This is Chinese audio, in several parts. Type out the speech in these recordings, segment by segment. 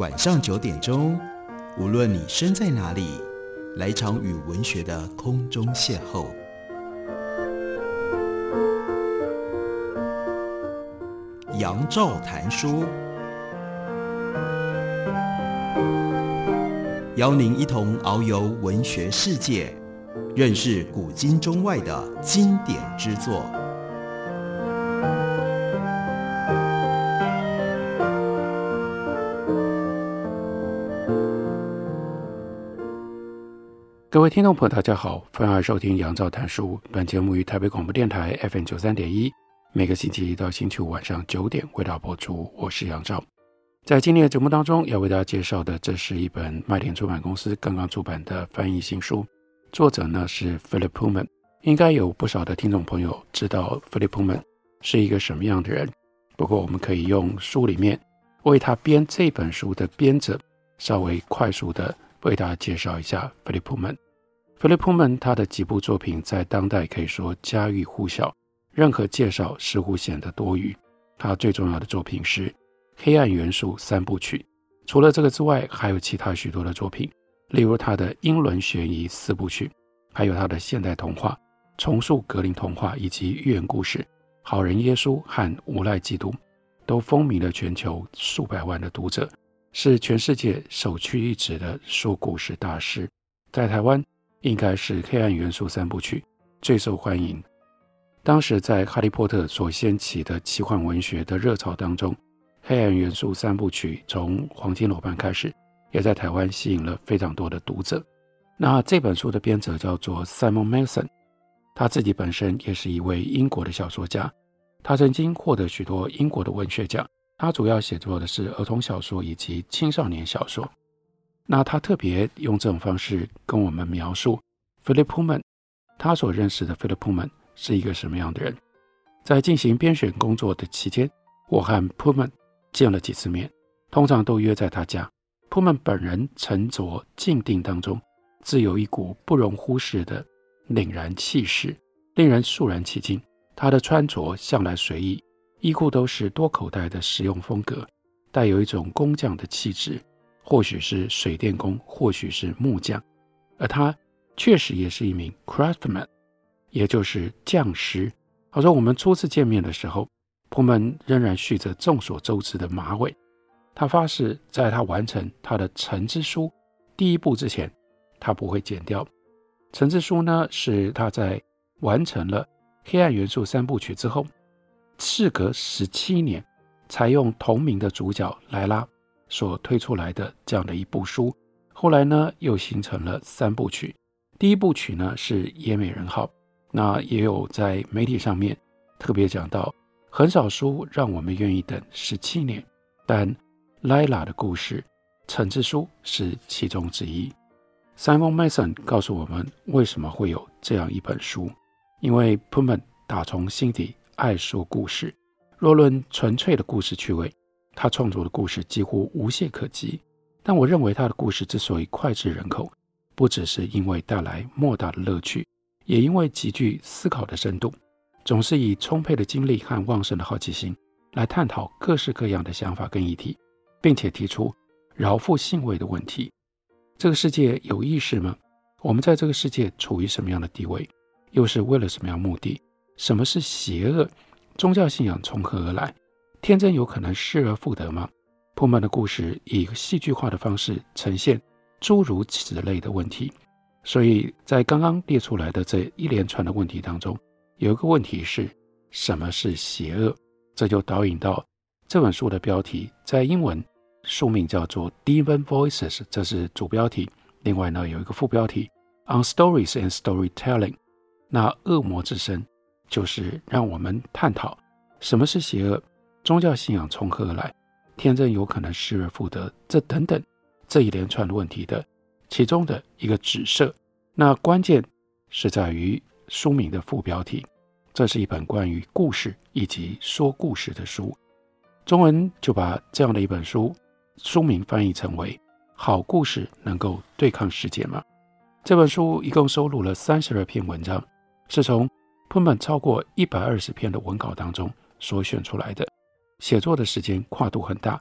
晚上9点钟，无论你身在哪里，来一场与文学的空中邂逅。杨照谈书，邀您一同遨游文学世界，认识古今中外的经典之作。 各位听众朋友大家好，欢迎收听杨照谈书。本节目于台北广播电台 FM93.1， 每个星期一到星期五晚上9点为大家播出。我是杨照。在今天的节目当中要为大家介绍的，这是一本麦田出版公司刚刚出版的翻译新书，作者呢是 Philip Pullman。 应该有不少的听众朋友知道 Philip Pullman 是一个什么样的人，不过我们可以用书里面为他编这本书的编者稍微快速的为大家介绍一下 Philip Pullman。Philip Pullman 他的几部作品在当代可以说家喻户晓，任何介绍似乎显得多余。他最重要的作品是《黑暗元素3部曲》，除了这个之外还有其他许多的作品，例如他的英伦悬疑4部曲，还有他的现代童话、重塑格林童话以及寓言故事《好人耶稣》和《无赖基督》，都风靡了全球数百万的读者，是全世界首屈一指的说故事大师。在台湾应该是《黑暗元素3部曲》最受欢迎。当时在哈利波特所掀起的奇幻文学的热潮当中，《黑暗元素3部曲》从黄金楼班开始，也在台湾吸引了非常多的读者。那这本书的编者叫做 Simon Manson， 他自己本身也是一位英国的小说家，他曾经获得许多英国的文学奖，他主要写作的是儿童小说以及青少年小说。那他特别用这种方式跟我们描述 Philip Pullman， 他所认识的 Philip Pullman 是一个什么样的人。在进行编选工作的期间，我和 Pullman 见了几次面，通常都约在他家。 Pullman 本人沉着静定当中，自有一股不容忽视的凛然气势，令人肃然起敬。他的穿着向来随意，衣裤都是多口袋的实用风格，带有一种工匠的气质，或许是水电工，或许是木匠，而他确实也是一名 craftsman， 也就是匠师。好说我们初次见面的时候，普曼仍然蓄着众所周知的马尾。他发誓在他完成他的橙之书第1部之前，他不会剪掉。橙之书呢，是他在完成了黑暗元素3部曲之后，事隔17年才用同名的主角莱拉所推出来的这样的一部书。后来呢，又形成了3部曲。第1部曲呢是野美人号，那也有在媒体上面特别讲到，很少书让我们愿意等17年，但莱拉的故事橙之书是其中之一。 Simon Manson 告诉我们为什么会有这样一本书，因为 Pullman 打从心底爱说故事。若论纯粹的故事趣味，他创作的故事几乎无懈可击，但我认为他的故事之所以脍炙人口，不只是因为带来莫大的乐趣，也因为极具思考的深度，总是以充沛的精力和旺盛的好奇心来探讨各式各样的想法跟议题，并且提出饶富兴味的问题。这个世界有意识吗？我们在这个世界处于什么样的地位？又是为了什么样目的？什么是邪恶？宗教信仰从何而来？天真有可能失而复得吗？普曼的故事以一个戏剧化的方式呈现诸如此类的问题。所以在刚刚列出来的这一连串的问题当中，有一个问题是什么是邪恶？这就导引到这本书的标题，在英文书名叫做 Demon Voices， 这是主标题。另外呢，有一个副标题 On Stories and Storytelling， 那恶魔之声就是让我们探讨什么是邪恶，宗教信仰从何而来，天真有可能失而复得，这等等这一连串的问题的其中的一个指涉。那关键是在于书名的副标题，这是一本关于故事以及说故事的书。中文就把这样的一本书书名翻译成为好故事能够对抗世界吗？这本书一共收录了32篇文章，是从Pullman超过120篇的文稿当中所选出来的。写作的时间跨度很大，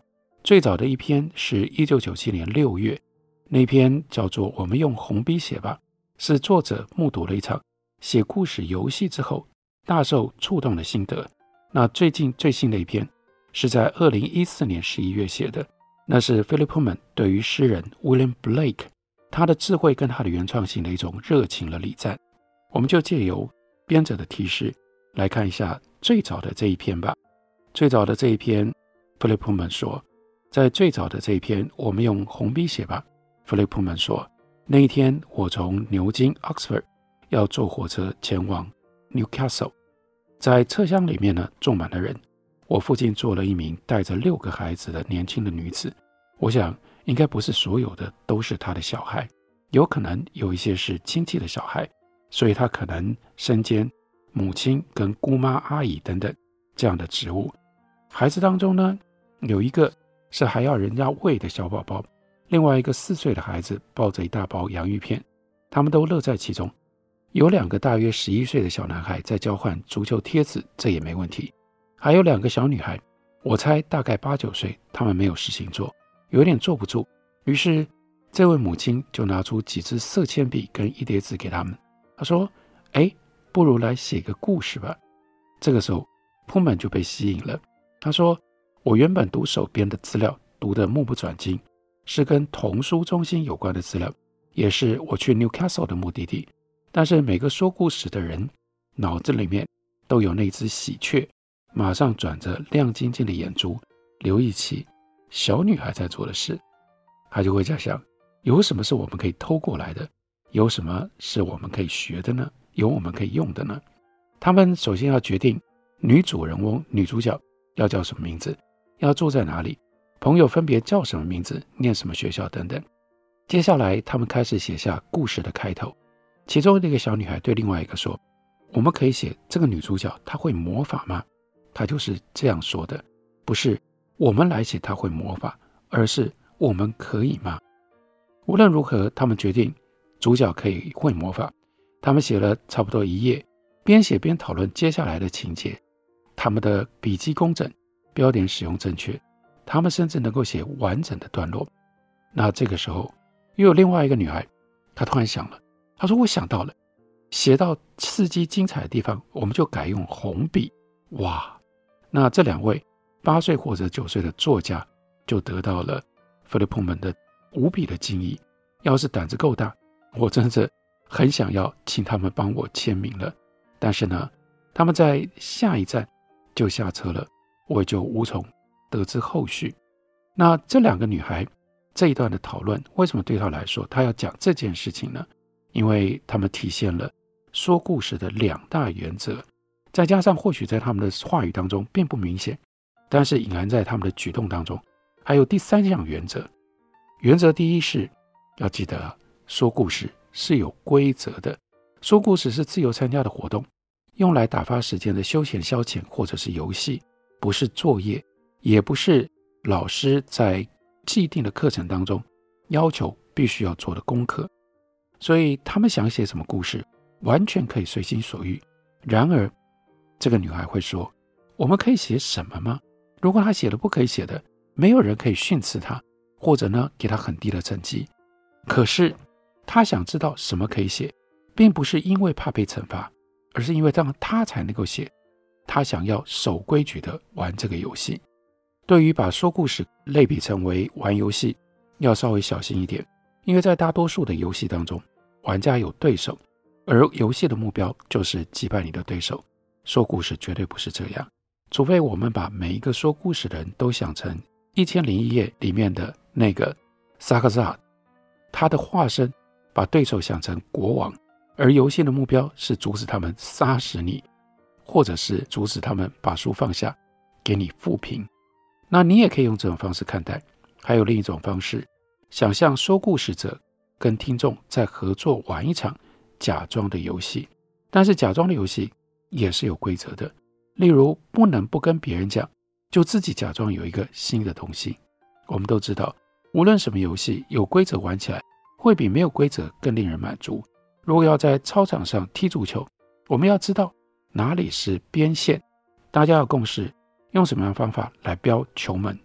最早的一篇是1997年6月，那篇叫做《我们用红笔写吧》，是作者目睹了一场写故事游戏之后大受触动的心得。那最新的一篇是在2014年11月写的，那是 Philip Pullman 对于诗人 William Blake 他的智慧跟他的原创性的一种热情的礼赞。我们就借由编者的提示来看一下最早的这一篇吧。最早的这一篇 Philip Pullman 说，在最早的这一篇我们用红笔写吧， Philip Pullman 说，那一天我从牛津 Oxford 要坐火车前往 Newcastle， 在车厢里面呢坐满了人，我附近坐了一名带着6个孩子的年轻的女子，我想应该不是所有的都是她的小孩，有可能有一些是亲戚的小孩，所以她可能身兼母亲跟姑妈阿姨等等这样的职务。孩子当中呢，有一个是还要人家喂的小宝宝，另外一个4岁的孩子抱着一大包洋芋片，他们都乐在其中。有2个大约11岁的小男孩在交换足球贴纸，这也没问题。还有2个小女孩，我猜大概8、9岁，他们没有事情做，有点坐不住，于是这位母亲就拿出几支色铅笔跟一叠纸给他们。她说，不如来写个故事吧。这个时候Pullman就被吸引了。他说，我原本读手边的资料读得目不转睛，是跟童书中心有关的资料，也是我去 Newcastle 的目的地。但是每个说故事的人脑子里面都有那只喜鹊，马上转着亮晶晶的眼珠，留意起小女孩在做的事。他就会在想，有什么是我们可以偷过来的，有什么是我们可以学的呢，有我们可以用的呢？他们首先要决定女主人翁女主角要叫什么名字，要住在哪里，朋友分别叫什么名字，念什么学校等等。接下来他们开始写下故事的开头。其中的一个小女孩对另外一个说，我们可以写这个女主角她会魔法吗？她就是这样说的，不是我们来写她会魔法，而是我们可以吗？无论如何，他们决定主角可以会魔法。他们写了差不多1页，边写边讨论接下来的情节。他们的笔记工整，标点使用正确，他们甚至能够写完整的段落。那这个时候又有另外一个女孩，她突然想了，她说，我想到了，写到刺激精彩的地方我们就改用红笔。哇，那这2位8岁或者9岁的作家就得到了 Philip Pullman 的无比的敬意。要是胆子够大，我真的很想要请他们帮我签名了。但是呢，他们在下一站就下车了，我就无从得知后续。那这2个女孩这一段的讨论，为什么对她来说她要讲这件事情呢？因为她们体现了说故事的2大原则，再加上或许在他们的话语当中并不明显，但是隐含在他们的举动当中还有第3项原则。原则第一是要记得说故事是有规则的，说故事是自由参加的活动，用来打发时间的休闲消遣或者是游戏，不是作业，也不是老师在既定的课程当中要求必须要做的功课。所以他们想写什么故事完全可以随心所欲。然而这个女孩会说，我们可以写什么吗？如果她写了不可以写的，没有人可以训斥她，或者呢给她很低的成绩。可是她想知道什么可以写，并不是因为怕被惩罚，而是因为这样她才能够写。她想要守规矩的玩这个游戏。对于把说故事类比成为玩游戏，要稍微小心一点，因为在大多数的游戏当中，玩家有对手，而游戏的目标就是击败你的对手。说故事绝对不是这样，除非我们把每一个说故事的人都想成1001夜里面的那个萨克萨，他的化身把对手想成国王，而游戏的目标是阻止他们杀死你，或者是阻止他们把书放下给你复评。那你也可以用这种方式看待。还有另一种方式，想象说故事者跟听众在合作玩一场假装的游戏，但是假装的游戏也是有规则的。例如不能不跟别人讲，就自己假装有一个新的东西。我们都知道，无论什么游戏，有规则玩起来会比没有规则更令人满足。如果要在操场上踢足球，我们要知道哪里是边线，大家要共识用什么样的方法来标球门。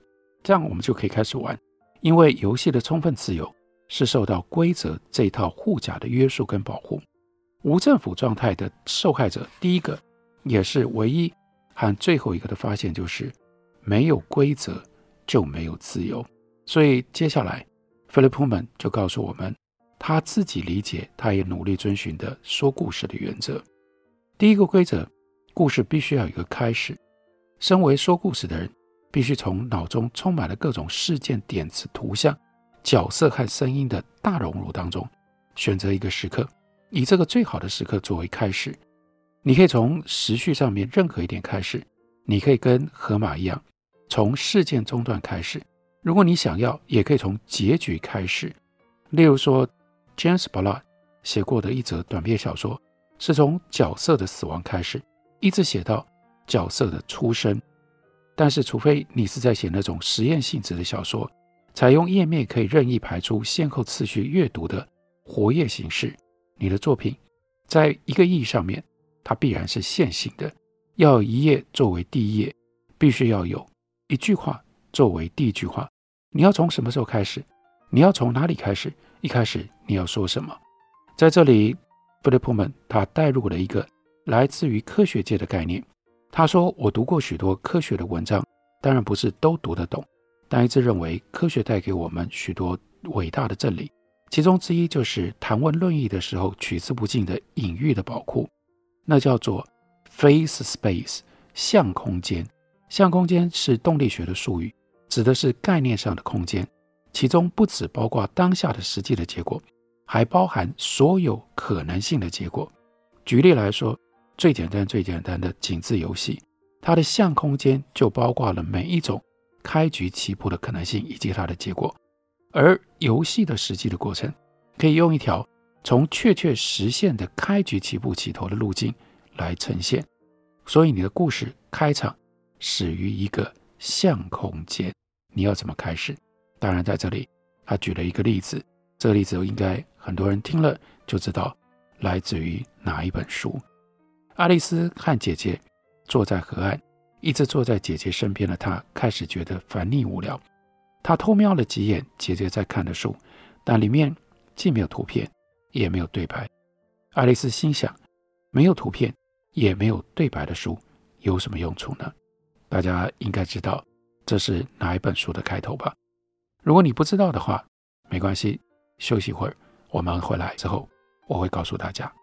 这样我们就可以开始玩。因为游戏的充分自由是受到规则这一套护甲的约束跟保护。无政府状态的受害者，第一个也是唯一和最后一个的发现就是没有规则就没有自由。所以接下来 Philip Pullman 就告诉我们他自己理解，他也努力遵循的说故事的原则。第一个规则，故事必须要有一个开始。身为说故事的人，必须从脑中充满了各种事件、点子、图像、角色和声音的大熔炉当中，选择一个时刻，以这个最好的时刻作为开始。你可以从时序上面任何一点开始，你可以跟河马一样，从事件中段开始。如果你想要，也可以从结局开始。例如说 James Ballard 写过的一则短篇小说，是从角色的死亡开始，一直写到角色的出生。但是除非你是在写那种实验性质的小说，采用页面可以任意排出先后次序阅读的活页形式，你的作品在一个意义上面它必然是线性的，要有一页作为第一页，必须要有一句话作为第一句话。你要从什么时候开始？你要从哪里开始？一开始你要说什么？在这里 Philip Pullman 他带入了一个来自于科学界的概念。他说，我读过许多科学的文章，当然不是都读得懂，但一直认为科学带给我们许多伟大的真理，其中之一就是谈论论议的时候取之不尽的隐喻的宝库，那叫做 Phase Space 相空间。相空间是动力学的术语，指的是概念上的空间，其中不只包括当下的实际的结果，还包含所有可能性的结果。举例来说，最简单的井字游戏，它的相空间就包括了每一种开局起步的可能性以及它的结果。而游戏的实际的过程，可以用一条从确实现的开局起步起头的路径来呈现。所以你的故事开场始于一个相空间，你要怎么开始？当然在这里他举了一个例子，这个例子应该很多人听了就知道来自于哪一本书。爱丽丝和姐姐坐在河岸，一直坐在姐姐身边的她开始觉得烦腻无聊。她偷瞄了几眼姐姐在看的书，但里面既没有图片也没有对白。爱丽丝心想，没有图片也没有对白的书有什么用处呢？大家应该知道这是哪一本书的开头吧？如果你不知道的话，没关系，休息一会儿，我们回来之后我会告诉大家。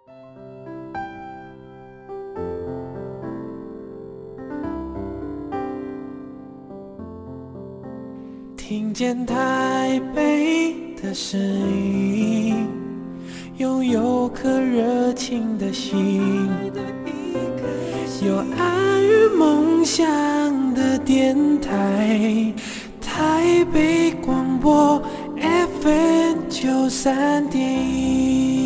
听见台北的声音，拥有颗热情的心，有爱与梦想的电台，台北广播 FM93.1。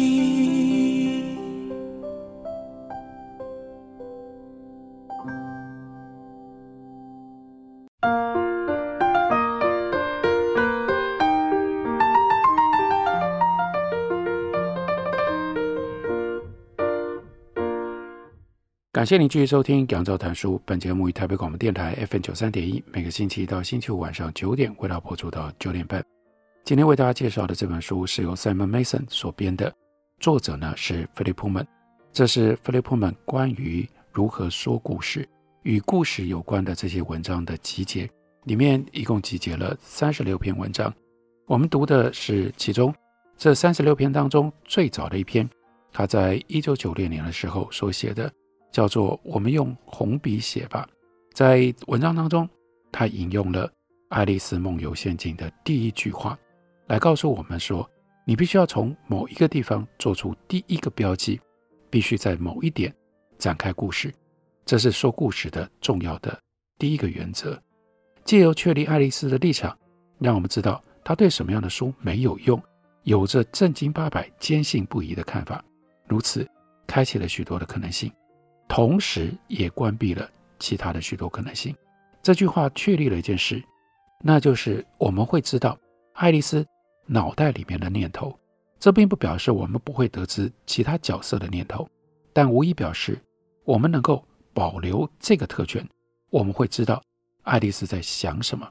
感谢您继续收听杨照谈书，本节目于台北广播电台 FM93.1，每个星期一到星期五晚上9点为大家播出到9点半。今天为大家介绍的这本书是由 Simon Mason 所编的，作者呢是 Philip Pullman。这是 Philip Pullman 关于如何说故事与故事有关的这些文章的集结，里面一共集结了36篇文章。我们读的是其中这36篇当中最早的一篇，他在1996年的时候所写的，叫做我们用红笔写吧。在文章当中，他引用了爱丽丝梦游仙境的第一句话，来告诉我们说，你必须要从某一个地方做出第一个标记，必须在某一点展开故事。这是说故事的重要的第一个原则。藉由确立爱丽丝的立场，让我们知道她对什么样的书没有用，有着正经八百坚信不疑的看法，如此开启了许多的可能性，同时也关闭了其他的许多可能性。这句话确立了一件事，那就是我们会知道爱丽丝脑袋里面的念头。这并不表示我们不会得知其他角色的念头，但无疑表示我们能够保留这个特权，我们会知道爱丽丝在想什么，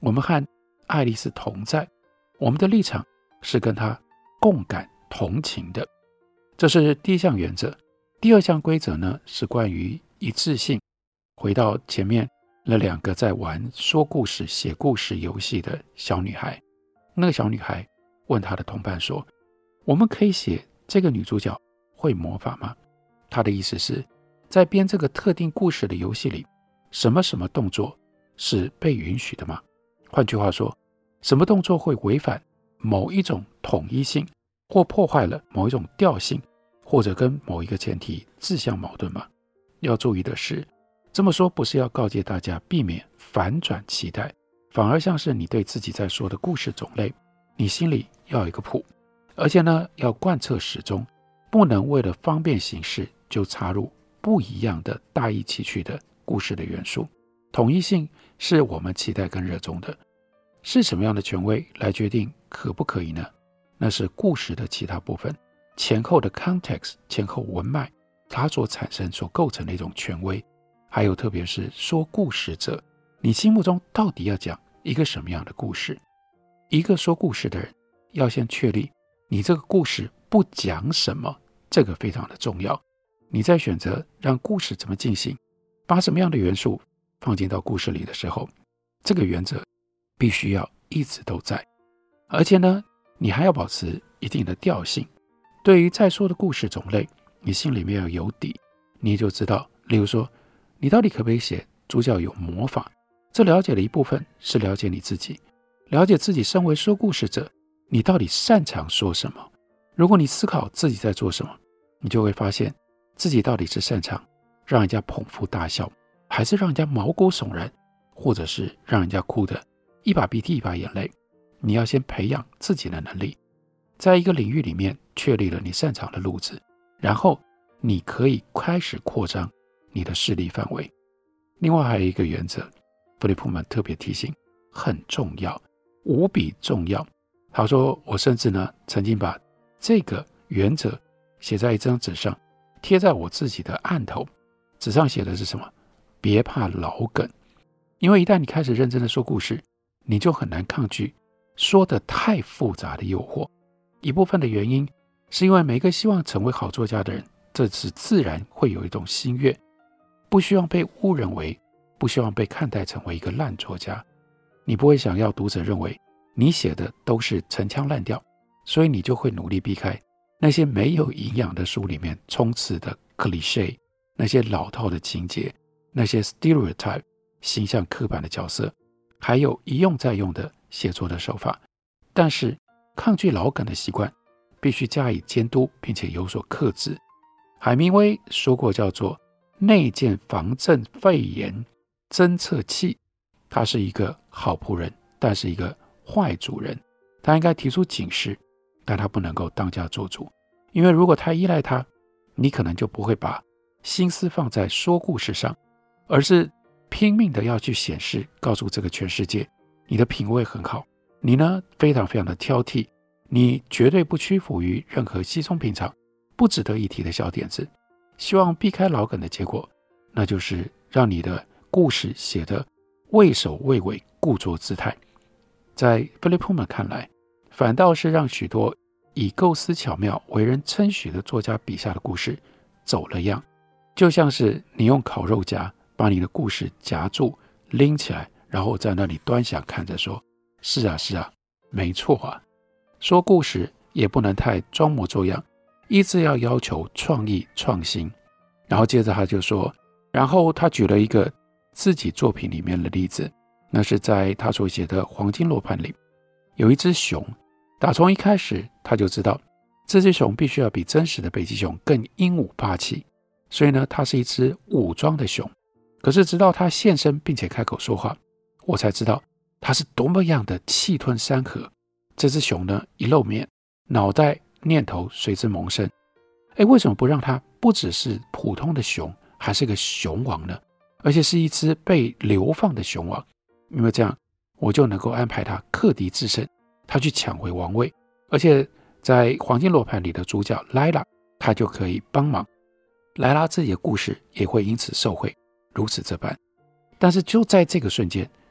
我们和爱丽丝同在，我们的立场是跟她共感同情的。这是第一项原则。第二项规则呢，是关于一致性。回到前面那2个在玩说故事写故事游戏的小女孩，那个小女孩问她的同伴说，我们可以写这个女主角会魔法吗？她的意思是，在编这个特定故事的游戏里，什么什么动作是被允许的吗？换句话说，什么动作会违反某一种统一性，或破坏了某一种调性，或者跟某一个前提自相矛盾吗？要注意的是，这么说不是要告诫大家避免反转期待，反而像是你对自己在说的故事种类，你心里要有一个谱，而且呢，要贯彻始终，不能为了方便行事就插入不一样的大异其趣的故事的元素。统一性是我们期待跟热衷的。是什么样的权威来决定可不可以呢？那是故事的其他部分，前后的 context， 前后文脉，它所产生所构成的一种权威。还有特别是说故事者，你心目中到底要讲一个什么样的故事？一个说故事的人要先确立你这个故事不讲什么，这个非常的重要。你在选择让故事怎么进行，把什么样的元素放进到故事里的时候，这个原则必须要一直都在。而且呢，你还要保持一定的调性。对于在说的故事种类，你心里面要有底，你也就知道，例如说，你到底可不可以写主角有魔法？这了解的一部分是了解你自己，了解自己身为说故事者，你到底擅长说什么。如果你思考自己在做什么，你就会发现自己到底是擅长让人家捧腹大笑，还是让人家毛骨悚然，或者是让人家哭得一把鼻涕一把眼泪。你要先培养自己的能力，在一个领域里面确立了你擅长的路子，然后你可以开始扩张你的势力范围。另外还有一个原则，菲利普曼特别提醒，很重要，无比重要。他说，我甚至呢曾经把这个原则写在一张纸上，贴在我自己的案头。纸上写的是什么？别怕老梗。因为一旦你开始认真的说故事，你就很难抗拒说得太复杂的诱惑。一部分的原因是因为每个希望成为好作家的人，这是自然会有一种心愿，不希望被误认为，不希望被看待成为一个烂作家。你不会想要读者认为你写的都是陈腔滥调，所以你就会努力避开那些没有营养的书里面充斥的 cliché， 那些老套的情节，那些 stereotype 形象刻板的角色，还有一用再用的写作的手法。但是抗拒老梗的习惯必须加以监督，并且有所克制。海明威说过，叫做内建防震肺炎侦测器。他是一个好仆人，但是一个坏主人。他应该提出警示，但他不能够当家做主。因为如果太依赖他，你可能就不会把心思放在说故事上，而是拼命的要去显示，告诉这个全世界你的品味很好，你呢非常非常的挑剔，你绝对不屈服于任何稀松平常不值得一提的小点子。希望避开老梗的结果，那就是让你的故事写得畏首畏尾，故作姿态。在菲利普曼看来，反倒是让许多以构思巧妙为人称许的作家笔下的故事走了样。就像是你用烤肉夹把你的故事夹住拎起来，然后在那里端详看着说，是啊是啊，没错啊。说故事也不能太装模作样，一直要求创意创新。然后接着他就说，然后他举了一个自己作品里面的例子，那是在他所写的《黄金罗盘》里，有一只熊，打从一开始他就知道这只熊必须要比真实的北极熊更英武霸气，所以呢，它是一只武装的熊。可是直到它现身并且开口说话，我才知道它是多么样的气吞山河。这只熊呢，一露面，脑袋念头随之萌生，为什么不让它不只是普通的熊，还是个熊王呢？而且是一只被流放的熊王，因为这样我就能够安排它克敌制胜，它去抢回王位，而且在黄金罗盘里的主角莱拉，他就可以帮忙，莱拉自己的故事也会因此受惠，如此这般。但是就在这个瞬间，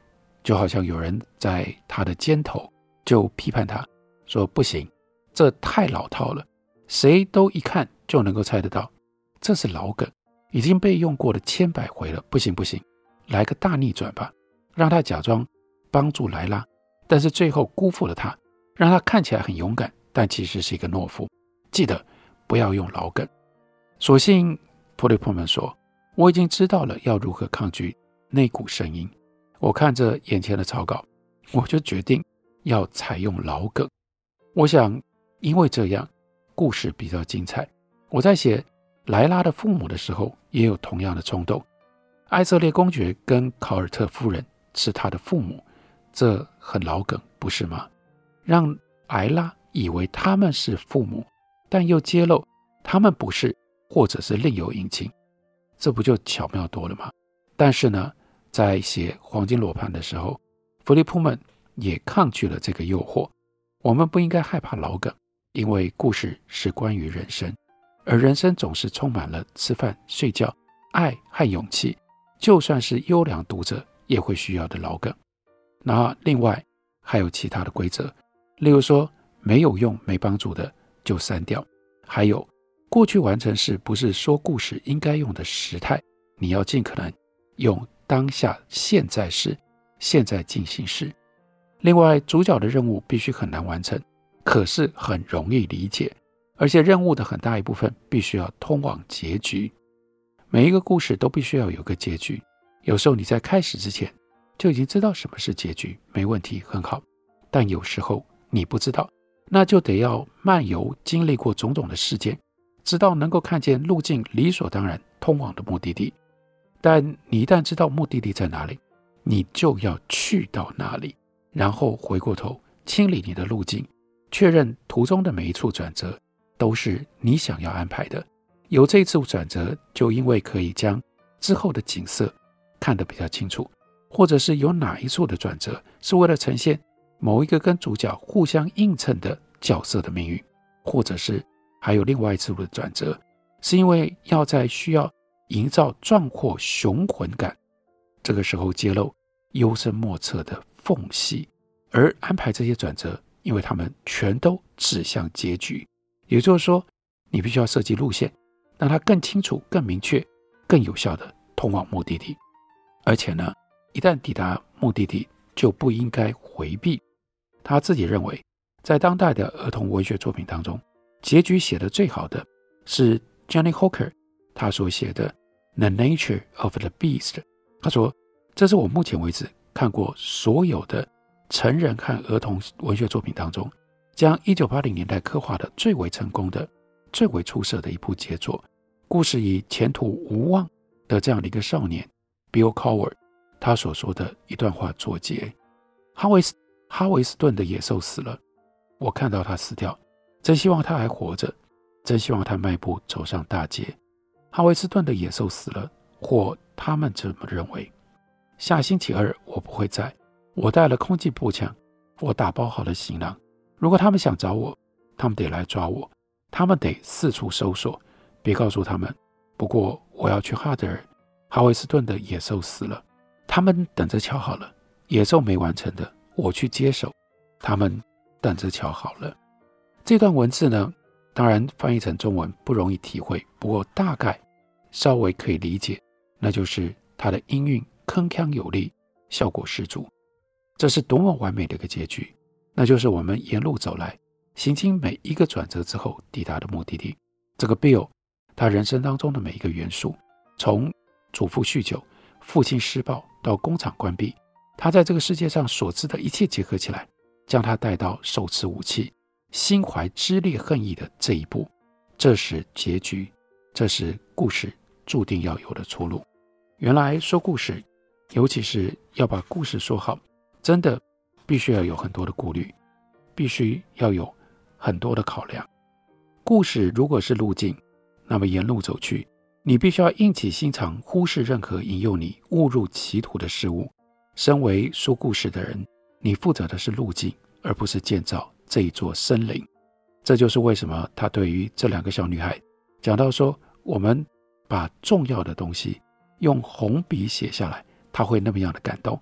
就好像有人在他的肩头就批判他说，不行，这太老套了，谁都一看就能够猜得到，这是老梗，已经被用过了千百回了，不行不行，来个大逆转吧，让他假装帮助莱拉，但是最后辜负了他，让他看起来很勇敢，但其实是一个懦夫。记得不要用老梗。所幸普利普曼说，我已经知道了要如何抗拒那股声音。我看着眼前的草稿，我就决定要采用老梗。我想因为这样故事比较精彩。我在写莱拉的父母的时候也有同样的冲动。艾瑟列公爵跟考尔特夫人是他的父母，这很老梗，不是吗？让莱拉以为他们是父母，但又揭露他们不是，或者是另有隐情，这不就巧妙多了吗？但是呢，在写黄金罗盘的时候，弗利普曼也抗拒了这个诱惑。我们不应该害怕老梗，因为故事是关于人生，而人生总是充满了吃饭、睡觉、爱和勇气，就算是优良读者也会需要的老梗。那另外还有其他的规则，例如说没有用没帮助的就删掉，还有过去完成式不是说故事应该用的时态，你要尽可能用当下现在式、现在进行式。另外主角的任务必须很难完成，可是很容易理解，而且任务的很大一部分必须要通往结局。每一个故事都必须要有个结局，有时候你在开始之前就已经知道什么是结局，没问题，很好。但有时候你不知道，那就得要漫游经历过种种的事件，直到能够看见路径理所当然通往的目的地。但你一旦知道目的地在哪里，你就要去到哪里，然后回过头清理你的路径，确认途中的每一处转折都是你想要安排的。有这一次转折，就因为可以将之后的景色看得比较清楚，或者是有哪一处的转折是为了呈现某一个跟主角互相映衬的角色的命运，或者是还有另外一次的转折，是因为要在需要营造壮阔雄浑感，这个时候揭露幽深莫测的缝隙，而安排这些转折，因为他们全都指向结局。也就是说，你必须要设计路线，让它更清楚、更明确、更有效的通往目的地。而且呢，一旦抵达目的地，就不应该回避。他自己认为，在当代的儿童文学作品当中，结局写得最好的是 Johnny Hooker 他所写的 The Nature of the Beast。 他说，这是我目前为止看过所有的成人和儿童文学作品当中，将1980年代刻画的最为成功的、最为出色的一部杰作。故事以前途无望的这样的一个少年 Bill Coward 他所说的一段话作结：哈维斯顿的野兽死了，我看到他死掉，真希望他还活着，真希望他迈步走上大街。哈维斯顿的野兽死了，或他们这么认为。下星期二我不会在，我带了空气步枪，我打包好了行囊。如果他们想找我，他们得来抓我，他们得四处搜索，别告诉他们。不过我要去哈德尔，哈维斯顿的野兽死了，他们等着瞧好了。野兽没完成的，我去接手，他们等着瞧好了。这段文字呢，当然翻译成中文不容易体会，不过大概稍微可以理解，那就是它的音韵铿锵有力，效果十足。这是多么完美的一个结局，那就是我们沿路走来，行经每一个转折之后抵达的目的地。这个 Bill 他人生当中的每一个元素，从祖父酗酒、父亲施暴到工厂关闭，他在这个世界上所知的一切结合起来，将他带到手持武器、心怀支裂恨意的这一步。这是结局，这是故事注定要有的出路。原来说故事，尤其是要把故事说好，真的必须要有很多的顾虑，必须要有很多的考量。故事如果是路径，那么沿路走去，你必须要硬起心肠，忽视任何引诱你误入歧途的事物。身为说故事的人，你负责的是路径，而不是建造这一座森林。这就是为什么他对于这两个小女孩讲到说，我们把重要的东西用红笔写下来，他会那么样的感动。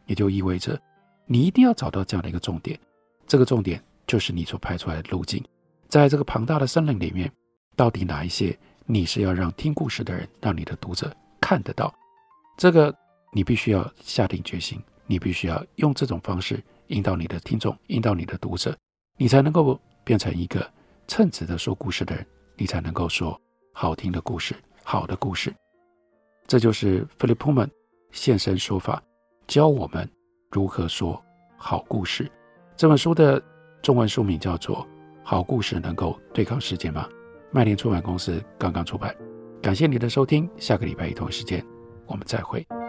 也就意味着你一定要找到这样的一个重点，这个重点就是你所排出来的路径。在这个庞大的森林里面，到底哪一些你是要让听故事的人，让你的读者看得到，这个你必须要下定决心，你必须要用这种方式引导你的听众，引导你的读者，你才能够变成一个称职的说故事的人，你才能够说好听的故事，好的故事。这就是 Philip Pullman 现身说法，教我们如何说好故事。这本书的中文书名叫做《好故事能够对抗世界吗》，麦田出版公司刚刚出版。感谢你的收听，下个礼拜一同一时间我们再会。